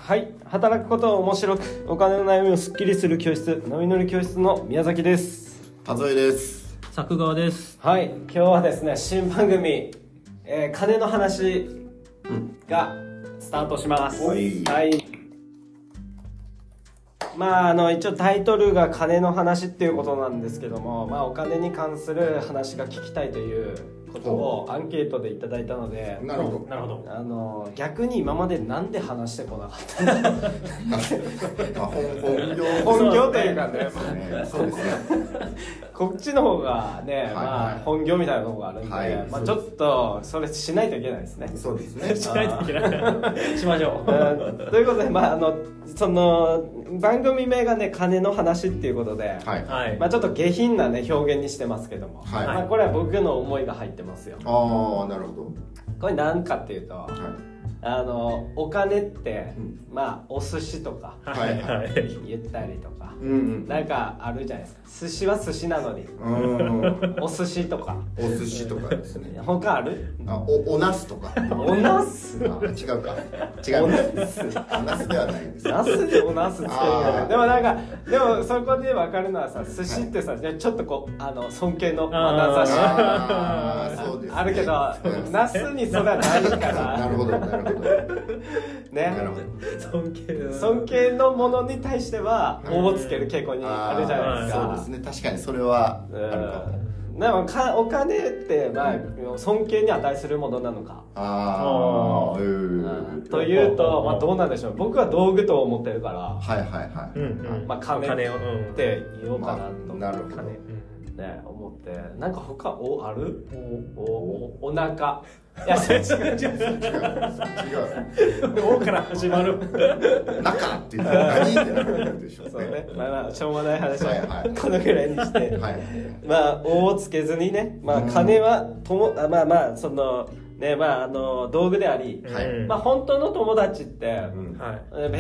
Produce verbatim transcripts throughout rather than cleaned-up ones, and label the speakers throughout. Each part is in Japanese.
Speaker 1: はい、働くことを面白くお金の悩みをすっきりする教室、のみのり教室の宮崎です。
Speaker 2: 田添です。
Speaker 3: 作川です。
Speaker 1: はい、今日はですね、新番組、えー、金の話がスタートします。
Speaker 2: はい、
Speaker 1: はい、まああの一応タイトルが金の話っていうことなんですけども、まあお金に関する話が聞きたいということをアンケートでいただいたので、
Speaker 2: なるほど、
Speaker 3: なるほど。
Speaker 1: あの逆に今までなんで話してこなかったのか
Speaker 2: 本業
Speaker 1: 本業というかね、
Speaker 2: そうですね。
Speaker 1: こっちの方がね、
Speaker 2: はいはい、
Speaker 1: まあ本業みたいなのがあるんで、はい、まあちょっとそれしないといけないですね。
Speaker 2: そうですね。
Speaker 3: しないといけないしましょう。
Speaker 1: ということで、まああのその番組名がね、金の話っていうことで、はい、まあちょっと下品なね表現にしてますけども、はい、まあこれは僕の思いが入ってますよ。
Speaker 2: ああ、なるほど。
Speaker 1: これ何かっていうと、はい、あのお金って、うん、まあお寿司とか、
Speaker 2: はいはい、
Speaker 1: 言ったりとか、
Speaker 2: うんうん、
Speaker 1: なんかあるじゃないですか。寿司は寿司なのに、お寿司とか、
Speaker 2: お寿司とかですね。
Speaker 1: 他ある？
Speaker 2: あ、おおナスとか。
Speaker 1: おナス？
Speaker 2: あ、違うか。違う。おナス。おナスではないんです。
Speaker 1: ナスでおナスつけるから。でもなんか、でもそこで分かるのはさ、寿司ってさ、はい、ちょっとこうあの尊敬の眼差し
Speaker 2: ああ、そうですね。
Speaker 1: あるけど、ナスにそれはないから。
Speaker 2: なるほど、なるほど。
Speaker 1: ね。
Speaker 2: なるほど。
Speaker 3: 尊敬
Speaker 1: 尊敬のものに対しては「お」をつける傾向にあるじゃないですか。
Speaker 2: そうですね、確かにそれはあるかも。
Speaker 1: でもかお金ってまあ尊敬に値するものなのか。
Speaker 2: ああ、うん。
Speaker 1: というと、まあどうなんでしょう。僕は道具と思ってるから。
Speaker 2: はいはいはい。
Speaker 1: うん。まあ金って言おうかなと。
Speaker 2: なるほど。
Speaker 1: ね、思ってなんか他おある？おおお腹。いや違う違う違う違う。おから始まる。
Speaker 2: 中って言ったら何ってなるでしょうね。
Speaker 1: そうね。まあまあしょうもない話
Speaker 2: は
Speaker 1: このぐらいにして、はい、まあおをつけずにね、まあ金はともあまあまあそのねまああの道具であり、はい、まあ本当の友達って、うんはい、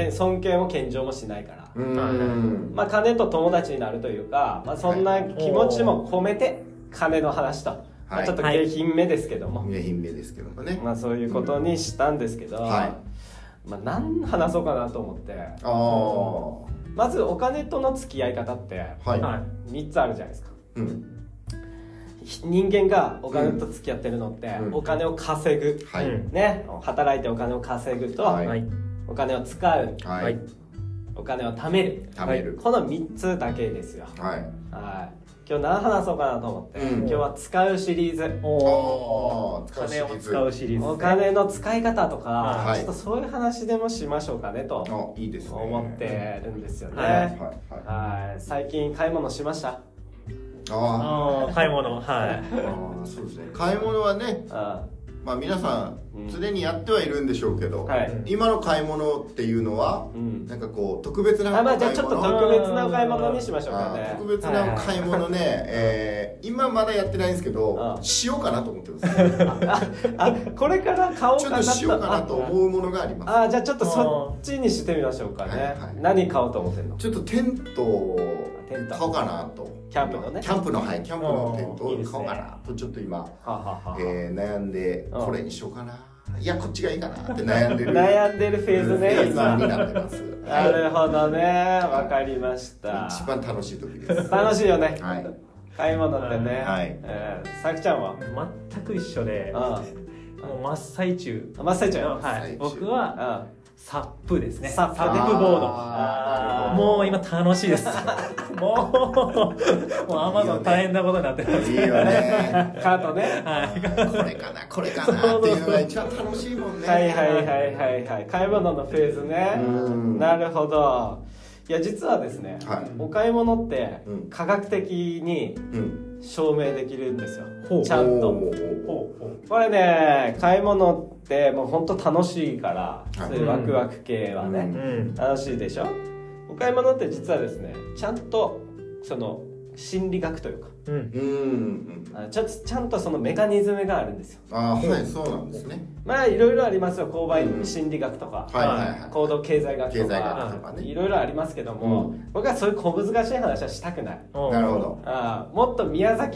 Speaker 1: 尊敬も謙譲もしないから、うんまあ金と友達になるというか、まあそんな気持ちも込めて金の話と。はい、まあちょっと下品めですけども、
Speaker 2: 下品めですけどもね、
Speaker 1: まあそういうことにしたんですけど、うんはいまあ、何話そうかなと思って、あまずお金との付き合い方って、はい、みっつあるじゃないですか、うん、人間がお金と付き合ってるのって、うん、お金を稼ぐ、はい、ね、働いてお金を稼ぐと、はい、お金を使う、はい、お金を貯める、
Speaker 2: 貯める、
Speaker 1: このみっつだけですよ。はいはい今日何話そうかなと思って、うん、今日は使うシリーズ、
Speaker 3: おー金を使うシリーズ、ね、
Speaker 1: お金の使い方とか、はい、ちょっとそういう話でもしましょうかねと
Speaker 2: いいですね
Speaker 1: 思ってるんですよね。
Speaker 2: はい、はい
Speaker 1: はい、最近買い物しました？
Speaker 3: ああ買い物はい
Speaker 2: あそうですね買い物はねあまあ皆さん常にやってはいるんでしょうけど、うんはい、今の買い物っていうのは、うん、なんかこう特別なお買い物、
Speaker 1: あ、まあ、じゃあちょっと特別なお買い物にしましょうかね。
Speaker 2: 特別なお買い物ね、はいはいえー、今まだやってないんですけどしようかなと思ってます
Speaker 1: ああこれから買おうかなと
Speaker 2: ちょっとしようかなと思うものがあります。
Speaker 1: あじゃあちょっとそっちにしてみましょうかね、はいはい、何買おうと思ってんの？
Speaker 2: ちょっとテントを買おうかなと。
Speaker 1: キャンプのね
Speaker 2: キャンプのはいキャンプのテントを買おうかなとちょっと今、はははえー、悩んでこれにしようかないやこっちがいいかなって悩んでる
Speaker 1: 悩んでるフェーズね
Speaker 2: 今になってます
Speaker 1: なるほどねわかりました
Speaker 2: 一番楽しい時です
Speaker 1: 楽しいよね、はい、買い物ってね、はいえー、さきちゃんは
Speaker 3: 全く一緒でああもう真っ最中
Speaker 1: 真っ最中
Speaker 3: はい、僕はあサップですね。
Speaker 1: サップ、
Speaker 3: サップボード。もう今楽しいです。もう、もうアマゾン大変なことになってます。
Speaker 2: いいよね。
Speaker 1: カートね。
Speaker 2: はい。これかな、これかなっていうのが一番楽しいもんね。
Speaker 1: はいはいはいはいはい。買い物のフェーズね。なるほど。いや実はですね、はい、お買い物って科学的に証明できるんですよ、うん、ちゃんと。これね買い物ってもう本当楽しいから、はい、そういうワクワク系はね、うん、楽しいでしょ。お買い物って実はですねちゃんとその心理学というか、うんうんうん、ちょっとちゃんとそのメカニズムがあるんですよ。
Speaker 2: あはいそうなんですね。
Speaker 1: まあいろいろありますよ。購買心理学とか、うんはいはいはい、行動経済学とかいろいろありますけども、うん、僕はそういう小難しい話はしたくない。
Speaker 2: なるほど。
Speaker 1: あもっと宮崎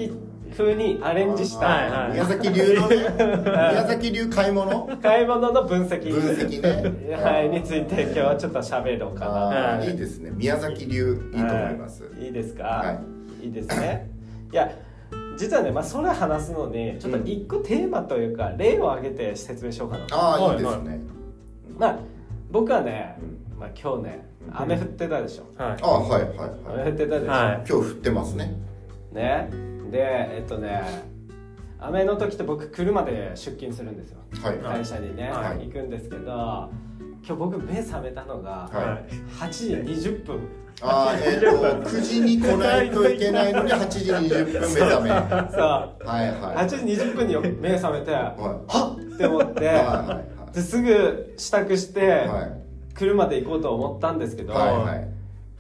Speaker 1: 風にアレンジした、はいはい、
Speaker 2: 宮崎流のね宮崎流買い物
Speaker 1: 買い物の分析
Speaker 2: 分析ね、
Speaker 1: はい、について今日はちょっと喋ろうかな。
Speaker 2: いいですね、宮崎流いいと思います、
Speaker 1: はい、いいですか、はい、いいですね。いや実はね、まあ、それ話すのにちょっと一個テーマというか、うん、例を挙げて説明しようかな。
Speaker 2: ああいいですね。
Speaker 1: まあ僕はね、まあ、今日ね雨降ってたでしょ、
Speaker 2: うん、はい、あはいはいはい
Speaker 1: 雨降ってたでしょ、
Speaker 2: はい、今日降ってますね。
Speaker 1: ねでえっとね雨の時って僕車で出勤するんですよ、はい、会社にね、はい、行くんですけど、今日僕目覚めたのがはちじにじゅっぷん、
Speaker 2: あー、えー、とくじに来ないといけないのにはちじにじゅっぷん目覚め。そう、
Speaker 1: はいはい、はちじにじゅっぷんに目覚めて、はい、はっって思って、はいはいはい、ですぐ支度して、はい、車で行こうと思ったんですけど、はいはい、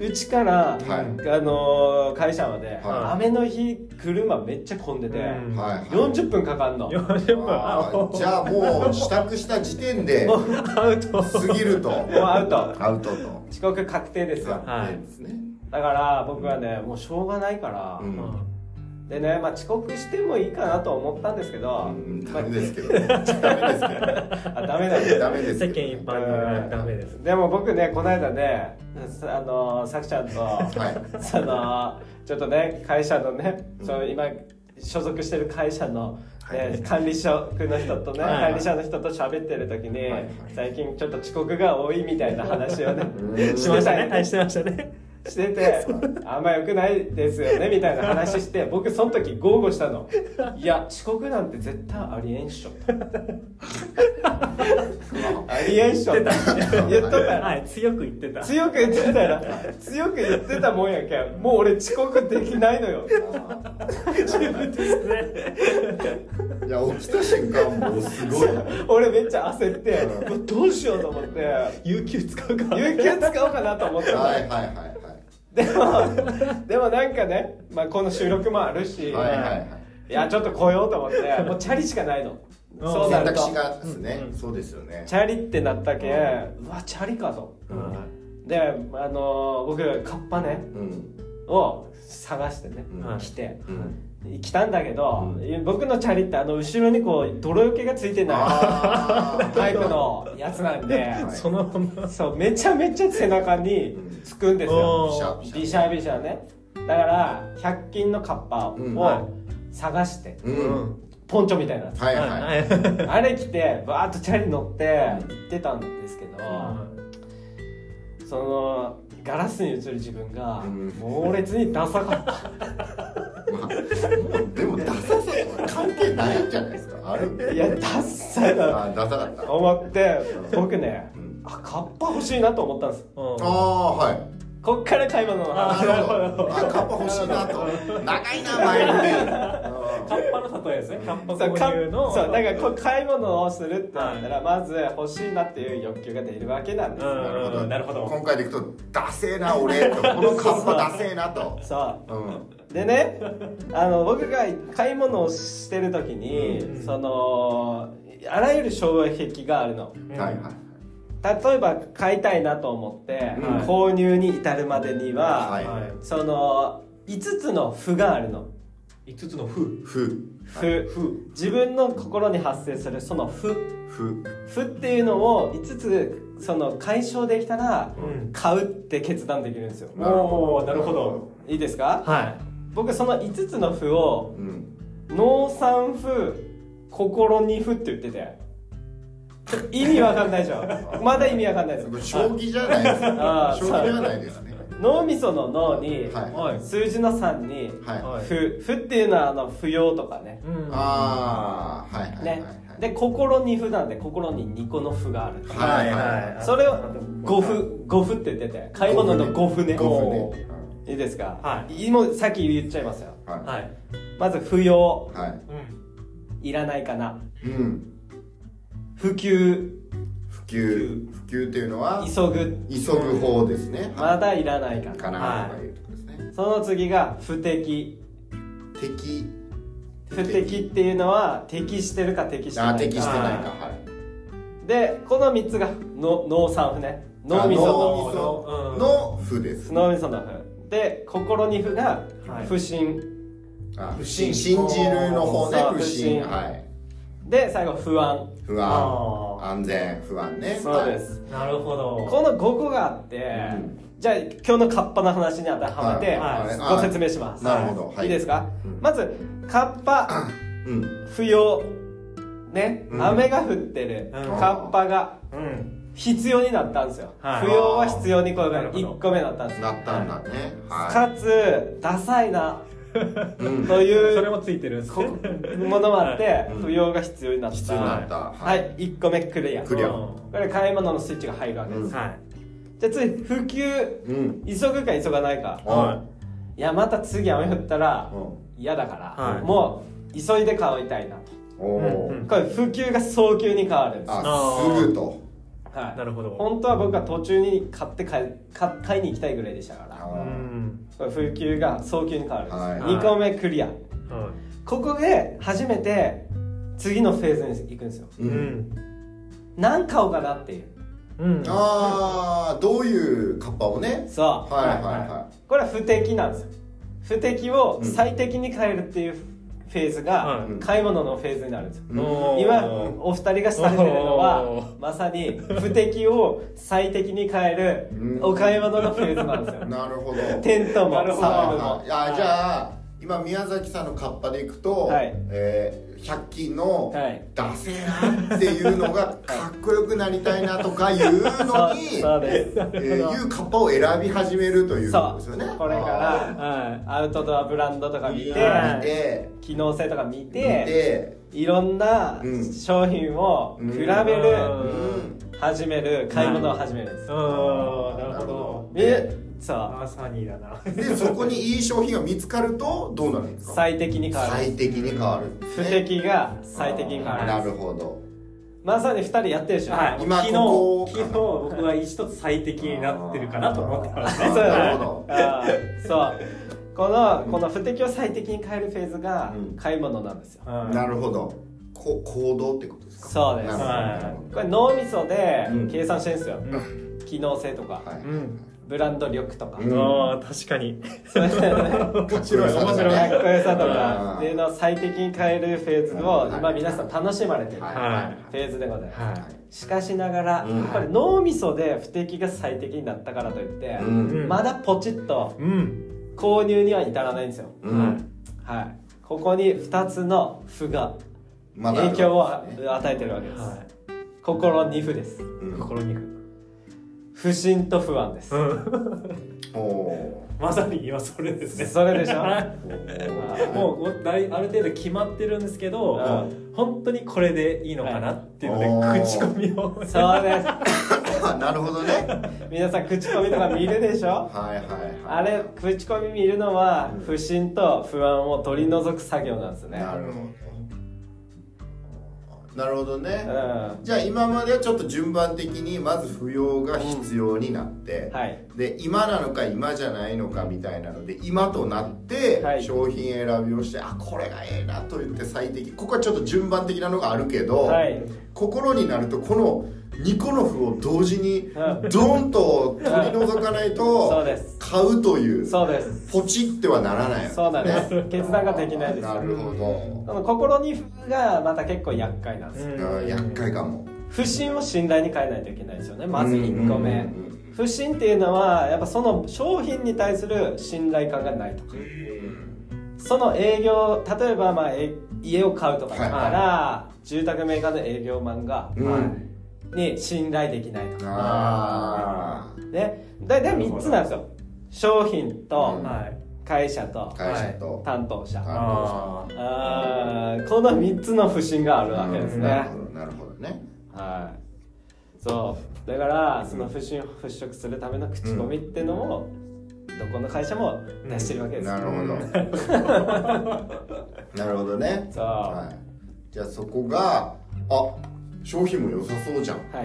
Speaker 1: うちから、はい、あのー、会社まで、はい、雨の日車めっちゃ混んでて、うんはいはい、よんじゅっぷんかかんの。よんじゅっぷん
Speaker 2: じゃあもう支度した時点で
Speaker 1: もうアウト
Speaker 2: 過ぎるとも
Speaker 1: うアウト
Speaker 2: アウトと
Speaker 1: 遅刻確定ですよ、はい、ですね。だから僕はね、もうしょうがないから、うんでね、まあ、遅刻してもいいかなと思ったんですけど、
Speaker 2: うん、ダメですけど、ね、ダメですけど、
Speaker 1: あ、ダメなんです。
Speaker 2: ダメです。
Speaker 3: 世間一般にダメです。
Speaker 1: でも僕ね、この間ね、あのさくちゃんと、はい、そのちょっとね、会社のね、うん、その今所属してる会社の、ね、はい、管理職の人とね、はい、管理者の人と喋ってる時に、はい、最近ちょっと遅刻が多いみたいな話をね、
Speaker 3: しましたね。はい、してましたね。
Speaker 1: してて、あんま良くないですよねみたいな話して、僕その時豪語したの。いや遅刻なんて絶対ありえんっしょありえんっしょって言っとったら、
Speaker 3: はい、強く言ってた
Speaker 1: 強く言ってたら強く言ってたもんやけん、もう俺遅刻できないのよ。
Speaker 3: 自分ですね。
Speaker 2: いや起きた瞬間もうすごい
Speaker 1: 俺めっちゃ焦って、どうしようと思って
Speaker 3: 有給使うか
Speaker 1: 有給使おうかなと思って
Speaker 2: はいはいはい
Speaker 1: でも、でもなんかね、まあ、この収録もあるし、はいはいはい、いやちょっと来ようと思って、もうチャリしかないの。
Speaker 2: そうなると選択肢がですね、うんうん、そうですよね。
Speaker 1: チャリってなったけ、うん、うわチャリかと、うん、で、あのー、僕カッパね、うん、を探してね、うん、来て、うん、来たんだけど、うん、僕のチャリってあの後ろにこう泥よけがついてないタイプのやつなんで、そのそうめちゃめちゃ背中につくんですよ、ビシャビシャね。だからひゃく均のカッパを探して、うん、ポンチョみたいなやつ、はいはい、あれ着てバーッとチャリ乗って行ってたんですけど、うん、そのガラスに映る自分が猛烈にダサかった
Speaker 2: まあ、でもダサさは関係ないんじゃないですか。ある。
Speaker 1: いやダッサいな。
Speaker 2: あ、ダサかった。
Speaker 1: 思って僕ね、うん、あカッパ欲しいなと思ったんです。
Speaker 2: うん、ああはい。
Speaker 1: こっから買い物の話。
Speaker 2: なるほど。あカッパ欲しいなと。長いな前に。
Speaker 3: カッパの例えですね。カッパ購入の。
Speaker 1: そうだからこう買い物をするってなったら、まず欲しいなっていう欲求が出るわけなんです。
Speaker 2: なるほど。なるほど。今回でいくとダセーな俺とこのカッパダセーなと。
Speaker 1: そう。うんでね、あの僕が買い物をしてる時に、うん、そのあらゆる障壁があるの、うん、はいはい、例えば買いたいなと思って、うん、購入に至るまでには、はい、そのいつつの負があるの。
Speaker 3: いつつの負
Speaker 2: 負
Speaker 1: 負、はい、自分の心に発生するその負負負っていうのをいつつその解消できたら、うん、買うって決断できるんですよ。
Speaker 3: おー、なるほど。
Speaker 1: いいですか？
Speaker 3: はい。
Speaker 1: 僕そのいつつの負を、うん、脳三負心二負って言ってて意味わかんないでしょまだ意味わかんないです。
Speaker 2: 将棋じゃないですか。将棋ではないですね。
Speaker 1: 脳みその脳に、はい、数字のさんに、はい、負負っていうのはあの不要とかね、
Speaker 2: うん、ああはいはい、
Speaker 1: ね、で心に負なんで心ににこの負がある、
Speaker 2: はいはい、
Speaker 1: それをご負ご負って言ってて買い物のご負ね。ご負ね。いいですか？はい。もうさっき言っちゃいますよ。はい。まず不要。はい。いらないかな。うん。普及。
Speaker 2: 普及。普及っていうのは
Speaker 1: 急ぐ。
Speaker 2: 急ぐ方ですね。
Speaker 1: まだいらないかな。
Speaker 2: かなというところですね。
Speaker 1: その次が不適。
Speaker 2: 適。
Speaker 1: 不適っていうのは適してるか適してないか。
Speaker 2: あ、適してないか。はい。
Speaker 1: でこのみっつがの脳三負ね。脳みその
Speaker 2: の負です。
Speaker 1: 脳みその負。で心に負が不信、
Speaker 2: あ不信信じるの方ね不信、はい、
Speaker 1: で最後不安
Speaker 2: 不安安全不安ね
Speaker 1: そうです、
Speaker 3: はい、なるほど
Speaker 1: このごこがあって、うん、じゃあ今日のカッパの話に当てはめて、はいはい、ご説明します。
Speaker 2: なるほど、
Speaker 1: はい、いいですか、うん、まずカッパ、うん、不要ね、うん、雨が降ってる、うん、カッパが、うん、必要になったんですよ、はい、不要は必要にこれがいっこめだったんですよ。
Speaker 2: なったんだね、
Speaker 1: はい、かつダサいなうん、という
Speaker 3: それもついてるんですね
Speaker 1: ものもあって、うん、不要が必要になった
Speaker 2: 必要になった、
Speaker 1: はい、はい、いっこめクリア
Speaker 2: クリア
Speaker 1: これ買い物のスイッチが入るわけです、うん、はい、じゃあ次普及、うん、急ぐか急がないか、はい、いやまた次雨降ったら嫌だから、はい、もう急いで買いたいなと、うん、これ普及が早急に変わるんです。
Speaker 2: あすぐと、
Speaker 1: はい、なるほど。本当は僕は途中に買って買い、買いに行きたいぐらいでしたから、うん、これ普及が早急に変わるんです、はい、にこめクリア、はい、ここで初めて次のフェーズに行くんですよ、うん、何買おうかなっていう、
Speaker 2: うん、ああどういうカッパをね
Speaker 1: そうはいはいはい、これは不適なんですよ。不適を最適に変えるっていうフェーズが買い物のフェーズになるんですよ、うん、今お二人がされてるのはまさに不適を最適に変えるお買い物のフェーズなんですよ。
Speaker 2: なるほど。
Speaker 1: テントもサーブも。
Speaker 2: いやじゃあ今宮崎さんのカッパでいくと、はい、えー、ひゃく均のダセーなっていうのがかっこよくなりたいなとかいうのにそうです、えー、いうカッパを選び始めるということですよね。
Speaker 1: これから、アウトドアブランドとか見て、見て機能性とか見て、見ていろんな商品を比べる、うん、始める買い物を始めるんです。
Speaker 3: うん、なるほど。
Speaker 1: えさ
Speaker 3: あまさにだな。
Speaker 2: でそこにいい商品が見つかるとどうなるんですか。
Speaker 1: 最適に変わる。
Speaker 2: 最適に変わる、ね、
Speaker 1: 不適が最適に変わる。
Speaker 2: なるほど。
Speaker 1: まさにふたりやってるでしょ、
Speaker 3: はい、今昨日ここ昨日僕は一つ最適になってるかなと思ってますね。
Speaker 1: そうなるほど。あそうこのこの不適を最適に変えるフェーズが買い物なんですよ、
Speaker 2: うん、なるほど。こ行動ってことですか。
Speaker 1: そうです、はい、これ脳みそで計算してるんですよ、うん、機能性とか、はい、うんブランド力とか、
Speaker 3: うん、あ確かに
Speaker 1: 面白い面白いかっこよさとかっていうのを最適に変えるフェーズを今皆さん楽しまれてるフェーズでございます、はい、しかしながら、うん、これ脳みそで不適が最適になったからといって、うん、まだポチッと購入には至らないんですよ、うんはい、ここにふたつの負が影響を与えてるわけです、はい、心に負です、
Speaker 3: うん、心に負
Speaker 1: 不信と不安です、うん、
Speaker 3: おまさに今それですね。
Speaker 1: それでしょ
Speaker 3: もうある程度決まってるんですけど、うん、本当にこれでいいのかなっていうので口コミを
Speaker 1: そうです
Speaker 2: なるほどね。
Speaker 1: 皆さん口コミとか見るでしょはい
Speaker 2: はい、はい、
Speaker 1: あれ口コミ見るのは不信と不安を取り除く作業なんですね。
Speaker 2: なるほどなるほどね、うん、じゃあ今まではちょっと順番的にまず不要が必要になって、うんはい、で今なのか今じゃないのかみたいなので今となって商品選びをして、はい、あこれがええなと言って最適ここはちょっと順番的なのがあるけど、はい、心になるとこのにこの符を同時にドンと取り除かないと買うという
Speaker 1: そうです
Speaker 2: ポチってはならない、
Speaker 1: ね、そうなんです決断ができないです。
Speaker 2: なるほど。
Speaker 1: その心に符がまた結構厄介なんですよ、
Speaker 2: うん、厄介かも。
Speaker 1: 不信を信頼に変えないといけないですよね。まずいっこめ不信っていうのはやっぱその商品に対する信頼感がないとか、その営業例えばまあ家を買うとかだったら、はい、住宅メーカーの営業マンが、うんはいに信頼できないとかあね、大体みっつなんですよ。商品と会社と
Speaker 2: 会社と
Speaker 1: 担当者ああこのみっつの不信があるわけですね。なるほど
Speaker 2: なるほどね。
Speaker 1: はいそうだからその不信を払拭するための口コミっていうのをどこの会社も出してるわけです、
Speaker 2: うん、なるほどなるほどね。そう、はい、じゃあそこがあ商品も良さそうじゃん、はい、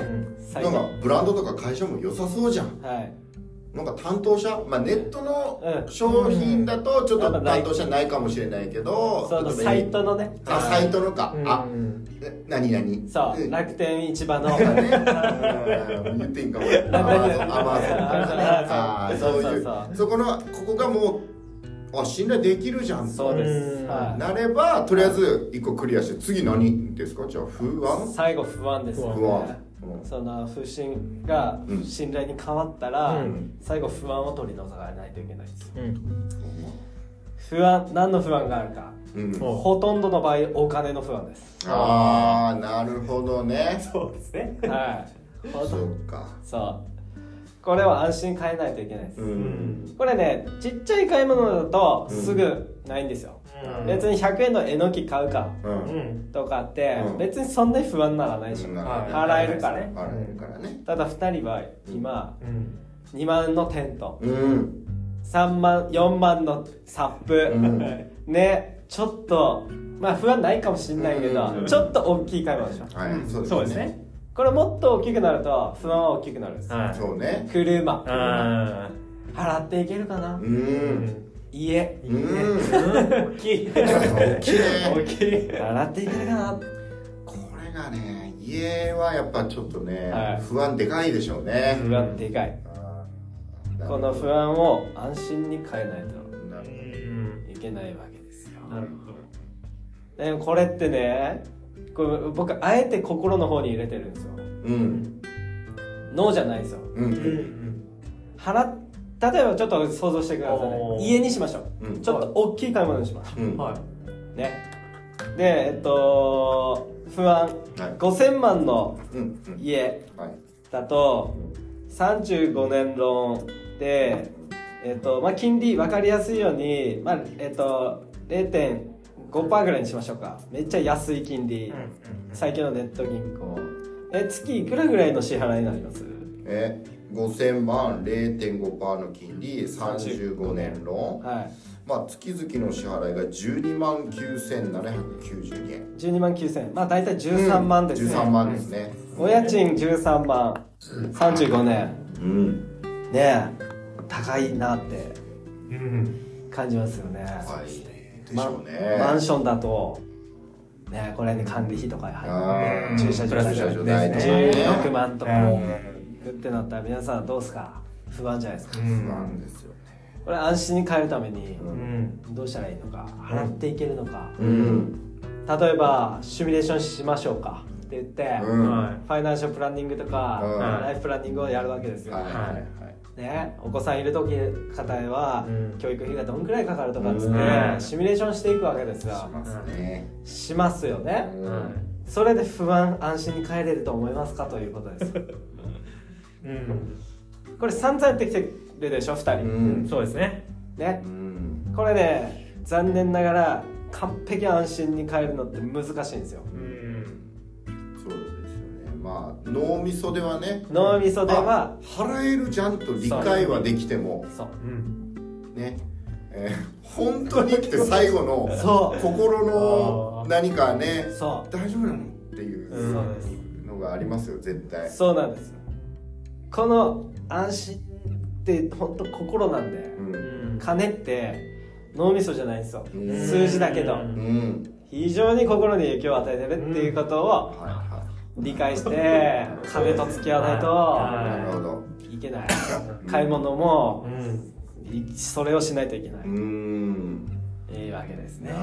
Speaker 2: なんかブランドとか会社も良さそうじゃん、はい、なんか担当者、まあ、ネットの商品だとちょっと担当者ないかもしれないけど、
Speaker 1: うん、サイトのね
Speaker 2: あサイトのか、うん、あ何々
Speaker 1: そう、うん、楽天市場の
Speaker 2: ね、うん、言っていいんかもアマゾンとかねあそういうそこのここがもうあ信頼できるじゃん
Speaker 1: そうです、
Speaker 2: はい、なればとりあえずいっこクリアして次何ですか？じゃあ不安？
Speaker 1: 最後不安ですよね。
Speaker 2: 不安、
Speaker 1: うん、その不信が信頼に変わったら、うん、最後不安を取り除かないといけないです、うん、不安、何の不安があるか、うん、ほとんどの場合お金の不安です。
Speaker 2: ああなるほどね。
Speaker 3: そうですね。
Speaker 1: はい。
Speaker 2: そうか。
Speaker 1: そうこれは安心買えないといけないです、うん、これねちっちゃい買い物だとすぐないんですよ、うん、別にひゃくえんのえのき買うか、うん、とかって別にそんなに不安にならないし、うん、払えるからね、
Speaker 2: 払えるからね。
Speaker 1: ただふたりは今、うん、にまんのテント、うん、さんまんよんまんのサップ、うん、ねちょっとまあ不安ないかもしれないけど、うん、ちょっと大きい買い物でしょ、
Speaker 2: はい、そうですね、
Speaker 3: そうですね。
Speaker 1: これもっと大きくなると不安は大きくなるんです、
Speaker 2: はい、そうね。
Speaker 1: 車、払っていけるかな、うん、家、
Speaker 2: うん、大
Speaker 1: きい大きい
Speaker 2: 大きい
Speaker 1: 払っていけるかな。
Speaker 2: これがね家はやっぱちょっとね、はい、不安でかいでしょうね。
Speaker 1: 不安でかい。この不安を安心に変えないといけないわけですよ。
Speaker 3: なるほど。
Speaker 1: でもこれってねこれ僕あえて心の方に入れてるんですよ、うん、脳じゃないですよ、うんうん、払例えばちょっと想像してくださいね。家にしましょう、うん、ちょっと大きい買い物にしましょう、うんはい、ねでえっと不安、はい、ごせんまんの家だとさんじゅうごねんローンで、えっとまあ、金利分かりやすいように、まあえっと、れいてんごパーセント ぐらいにしましょうか。めっちゃ安い金利、うん、最近のネット銀行え月いくらぐらいの支払いになります？
Speaker 2: えごせんまん れいてんごパーセント の金利さんじゅうごねんローン、はい、まあ月々の支払いがじゅうにまんきゅうせんななひゃくきゅうじゅうにえん。
Speaker 1: じゅうにまんきゅうせん、まあ大体じゅうさんまんですね、うん、
Speaker 2: じゅうさんまんですね。
Speaker 1: お家賃じゅうさんまんさんじゅうごねん、うん、ねえ高いなって感じますよね、はい
Speaker 2: でしょうね。
Speaker 1: マンションだとねこれに管理費とか入って駐車場代とかじゅうろくまんとかってなったら皆さんどうですか？不安じゃないですか。
Speaker 2: 不安ですよね。
Speaker 1: これ安心に変えるためにどうしたらいいのか、払っていけるのか、うん、例えばシミュレーションしましょうかって言って、うん、ファイナンシャルプランニングとか、うん、ライフプランニングをやるわけですよ、はいはいね、お子さんいる時方は、うん、教育費がどんくらいかかるとかっつって、うん、シミュレーションしていくわけですよ。
Speaker 2: しますね。
Speaker 1: しますよね、うん、それで不安安心に帰れると思いますかということです、うん、これ散々やってきてるでしょふたり、
Speaker 3: うん、そうですね
Speaker 1: ね、うん、これね残念ながら完璧安心に帰るのって難しいんですよ、うん
Speaker 2: まあ、脳みそではね
Speaker 1: 脳みそでは
Speaker 2: 払えるじゃんと理解はできてもそう、うん、ね、えー、本当にって最後の心の何かねそう大丈夫なのっていうのがありますよ絶対。
Speaker 1: そうなんですよ。この安心って本当心なんで、うん、金って脳みそじゃないんですよ、うん、数字だけど、うん、非常に心に影響を与えてるっていうことを、うんはいはい理解して金と付き合わないといけない。買い物もそれをしないといけない。うんいいわけですね。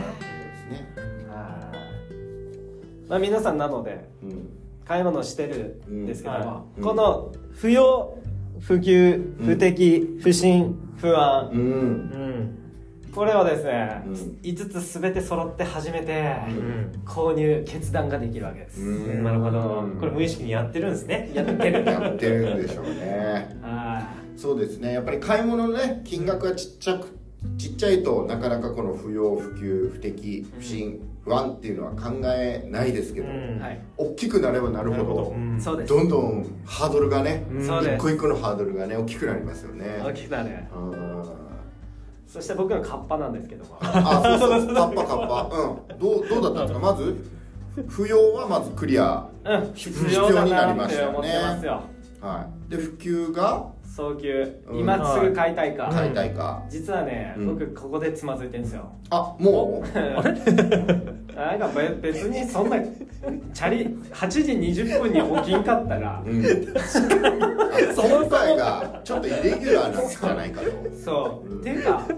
Speaker 1: まあ皆さんなので買い物してるんですけども、この不要不急不適不信不安、うんうんこれはですね、うん、いつつ全て揃って初めて購入決断ができるわけです。
Speaker 3: うん、なるほど。これ無意識にやってるんですね。
Speaker 1: やってる。
Speaker 2: やってるんでしょうね。そうですね。やっぱり買い物のね金額がちっちゃくちっちゃいとなかなかこの不要不急不適不信、うん、不安っていうのは考えないですけど、うんはい、大きくなればなるほど、うん、どんどんハードルがね、うん、一個一個のハードルがね大きくなりますよね。
Speaker 1: 大きくなる。そして僕のカッパなんですけども
Speaker 2: あ、そうそう、カッパカッパうんどう、どうだったんですか。まず不要はまずクリア、
Speaker 1: うん、不要になりましたよね。
Speaker 2: はい、で普及が
Speaker 1: 早急、うん、今すぐ買いたいか
Speaker 2: 買いたいか
Speaker 1: 実はね、うん、僕ここでつまずいてるんですよ。
Speaker 2: あ、もう
Speaker 1: なんか別にそんなチャリはちじにじゅっぷんに起きんかったら、うん、
Speaker 2: 今回がちょっとイレギュラーなんじゃないかと
Speaker 1: そう、うん、っていうか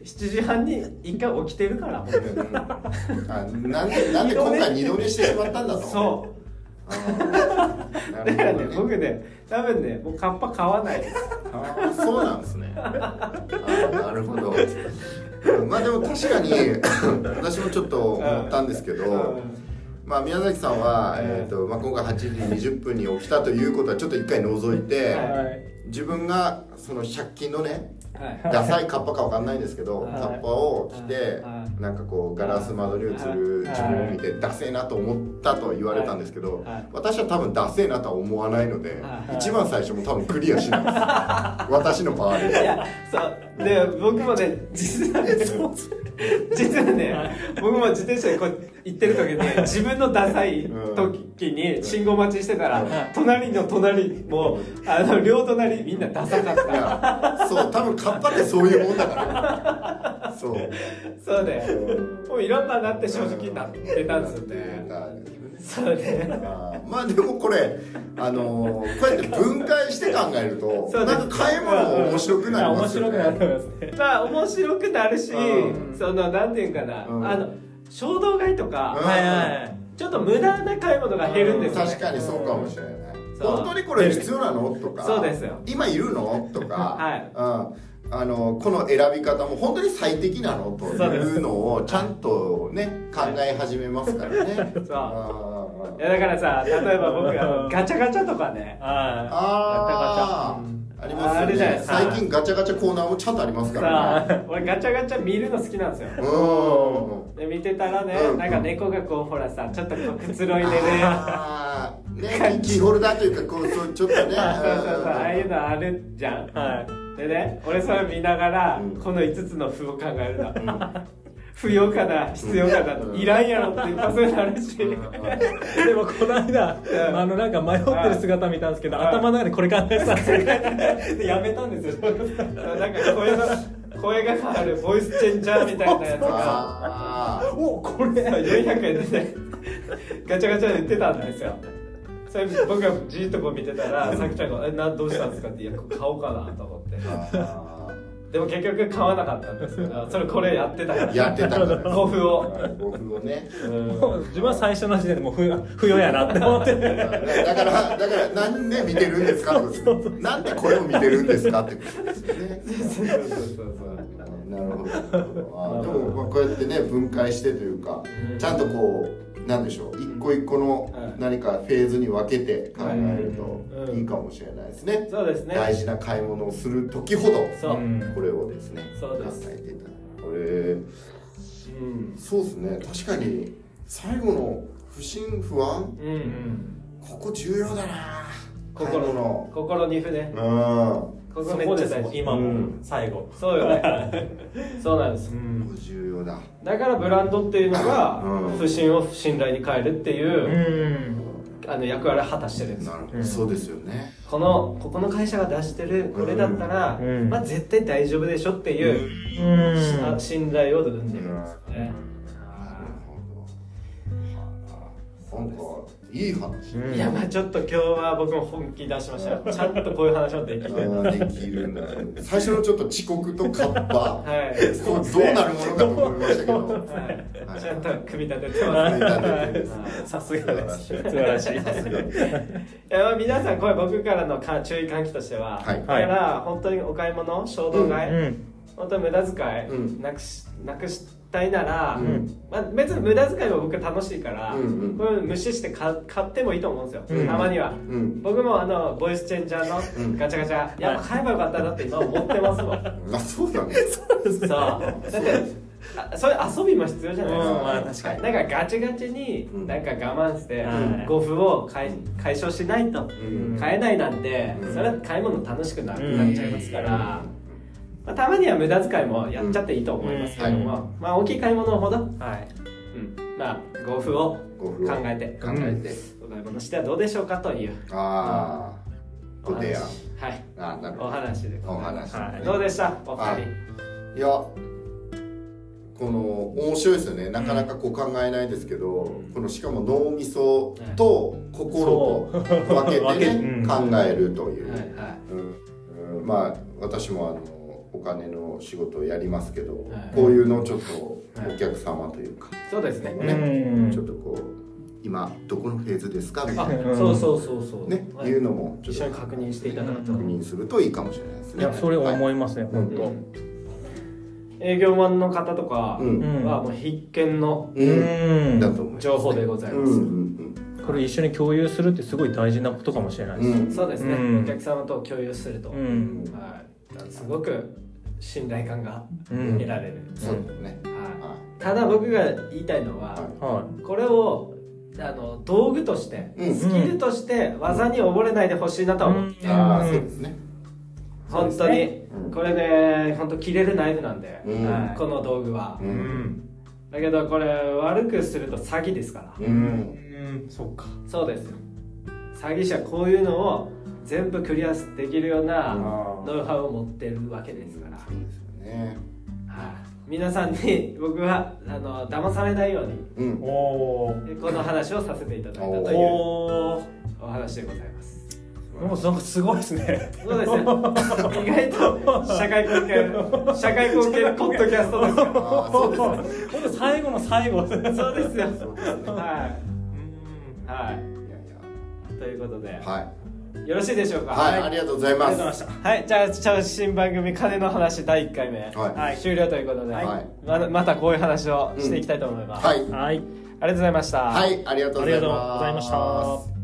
Speaker 1: しちじはんにいっかい起きてるから
Speaker 2: あなんでなんで今回二度寝してしまったんだと。
Speaker 1: そうだからね僕ね多分ねもうカッパ買わないです。
Speaker 2: あそうなんですね。あなるほど。まあでも確かに私もちょっと思ったんですけど、まあ宮崎さんは、えーとまあ、今回はちじにじゅっぷんに起きたということはちょっと一回除いて、はい、自分がそのひゃく均のね、はい、ダサいカッパかわかんないんですけど、はい、カッパを着て、はい、なんかこうガラス窓に映る自分を見てダセえなと思ったと言われたんですけど、はい、私は多分ダセえなとは思わないので、はい、一番最初も多分クリアしないです私の場合。いや
Speaker 1: そうで僕もね実はね実はね僕も自転車でこう行ってる時に自分のダサい時に信号待ちしてたら、うん、隣の隣もあの両隣みんなダサかった。
Speaker 2: そう多分カッパってそういうもんだからそう
Speaker 1: そうね、うん、もういろんななって正直になってたんですよね。そうね
Speaker 2: あまあでもこれあのー、こうやって分解して考えるとなんか買い物も面白くなりますよね。
Speaker 3: 面白くなりますね。
Speaker 1: まあ面白くなるし、うん、そのなんていうかな、うん、あの衝動買いとか、うんはいはい、ちょっと無駄な買い物が減るんですよね、
Speaker 2: うん、確かにそうかもしれない、うん、本当にこれ必要なのとか
Speaker 1: そうですよ
Speaker 2: 今いるのとか、はいうん、あのこの選び方も本当に最適なのというのをちゃんとね考え始めますからね。
Speaker 1: そういやだからさ例えば僕あのガチャガチャとかねあ
Speaker 2: ああありますよね。最近ガチャガチャコーナーもちゃんとありますからね。
Speaker 1: 俺ガチャガチャ見るの好きなんですよ。うんで見てたらね、うん、なんか猫がこうほらさちょっとこうくつろいでね
Speaker 2: あねキーホルダーというかこうそうちょっとねそうそうそう
Speaker 1: ああいうのあるじゃん、はい、でね俺それ見ながら、うん、このいつつの歩を考えるの、うん不要かな必要かな、うん、いらんやろっていうことになるし、うん、で
Speaker 3: もこの間、うん、あのなんか迷ってる姿見たんですけど、うん、頭の中でこれ考えてたんですよねでやめたんですよ
Speaker 1: なんか声の声が変わるボイスチェンジャーみたいなやつがおこれよんひゃくえんでねガチャガチャで売ってたんですよ。それ僕がじーっとこう見てたらさきちゃんが「えなどうしたんですか?」って「いや買おうかな」と思ってでも結局買わなかったんですけどそれこれやってたから
Speaker 2: やってたから
Speaker 1: ごふを
Speaker 2: ごふをね
Speaker 3: もう自分は最初の時点でもう不要やなって思ってだ
Speaker 2: からだから何で見てるんですかなんでこれを見てるんですかってことですよね。そうそうそうそうなるほどあでもこうやってね分解してというかちゃんとこうなんでしょう一個一個の何かフェーズに分けて考えるといいかもしれないですね。
Speaker 1: そうですね。
Speaker 2: 大事な買い物をする時ほどこれをですね
Speaker 1: そうです
Speaker 2: 考えていただこれ、うん、そうですね確かに最後の不信不安、うんうん、ここ重要だな
Speaker 1: 心の心にふね
Speaker 3: うんここめっちゃ大事今も最後、
Speaker 1: うん、そうよねそうなんです、うん、
Speaker 2: 重要だ
Speaker 1: だからブランドっていうのが不信を信頼に変えるっていう、うん、あの役割を果たしてるんです。
Speaker 2: なるほど、うん、そうですよね。
Speaker 1: このここの会社が出してるこれだったら、うん、まあ絶対大丈夫でしょっていう、うん、信頼を生んでるんですよね、うん、なる
Speaker 2: ほどなんかいい話、
Speaker 1: うん、いやまあちょっと今日は僕も本気出しましたよちゃんとこういう話もできる
Speaker 2: できるんだ最初のちょっと遅刻とカッパ、はい、そうどうなるものかと思いましたけど、はい
Speaker 1: はい、ちゃんと組み立ててます
Speaker 3: さすがです素晴らしいさすがい
Speaker 1: や皆さんこれ僕からの注意喚起としては、はい、だから本当にお買い物衝動買い、うん、本当に無駄遣い、うん、なくしなくしたいなら、うんまあ、別に無駄遣いも僕楽しいから、うんうん、これ無視して買ってもいいと思うんですよ、うん、たまには、うん、僕もあのボイスチェンジャーのガチャガチャ、うん、やっぱ買えばよかったなって今思ってますもん
Speaker 2: あそうなんですか
Speaker 1: そうだってそういう遊びも必要じゃないですか、うんまあ、確かになんかガチガチになんか我慢して、うん、ごふを解解消しないと、うん、買えないなんて、うん、それは買い物楽しくなくなっちゃいますから、うんまあ、たまには無駄遣いもやっちゃっていいと思いますけども、うんはいまあ、大きい買い物ほど、はいうんまあ、ごふを考えて
Speaker 2: 考えて
Speaker 1: お買い物してはどうでしょうかという
Speaker 2: ああ、うん、お提案
Speaker 1: はい
Speaker 2: あなるほど
Speaker 1: お話で
Speaker 2: お話、
Speaker 1: はい、どうでしたお二
Speaker 2: 人いやこの面白いですよねなかなかこう考えないですけど、うん、このしかも脳みそと心と分けてね、うん、考えるという、はいはいうん、まあ私もあのお金の仕事をやりますけど、はい、こういうのをちょっとお客様というか、
Speaker 1: はい、そうですね、
Speaker 2: ね、ちょっとこう今どこのフェーズですかみたいな、
Speaker 1: そうそうそうそう
Speaker 2: ね、はい、いうのもちょっと
Speaker 1: 一緒に確認していただくと
Speaker 2: 確認するといいかもしれないですね。
Speaker 3: いやそれは思いますね、はい、本当、うん、
Speaker 1: 営業マンの方とかはもう必見の情報でございます。
Speaker 3: これ一緒に共有するってすごい大事なことかもしれないです、
Speaker 1: うん、そうですね、うん、お客様と共有すると、うんはい、すごく信頼感が得られる、うん、
Speaker 2: そうですね、
Speaker 1: はい、ただ僕が言いたいのは、はい、これをあの道具として、うん、スキルとして技に溺れないでほしいなと思っていて、うん、
Speaker 2: あそうですね、
Speaker 1: 本当に、うん、これね本当切れるナイフなんで、うんはい、この道具は、うん、だけどこれ悪くすると詐欺ですから、うん
Speaker 3: そうか
Speaker 1: そうですよ。詐欺師はこういうのを全部クリアできるようなノウハウを持ってるわけですから、
Speaker 2: そうですよね、
Speaker 1: はあ、皆さんに僕はあの騙されないように、うん、この話をさせていただいたというお話でございます。
Speaker 3: もうなんかすごいですね。
Speaker 1: そうですね。意外と社会貢献社会貢献ポッドキャストですから。あそうですね。
Speaker 3: 本当最後の最後。
Speaker 1: そうですよ。はいはい、いやいやということで、はい、よろしいでしょうか。
Speaker 2: はい、はい、ありがとうございます。
Speaker 1: はい、じゃあ新番組金の話だいいっかいめ、はい、終了ということで、はい、ま, またこういう話をしていきたいと思います。うん、はい、はい、ありがとうございました。
Speaker 2: はい、ありがとうございました。
Speaker 3: ありがとうございました。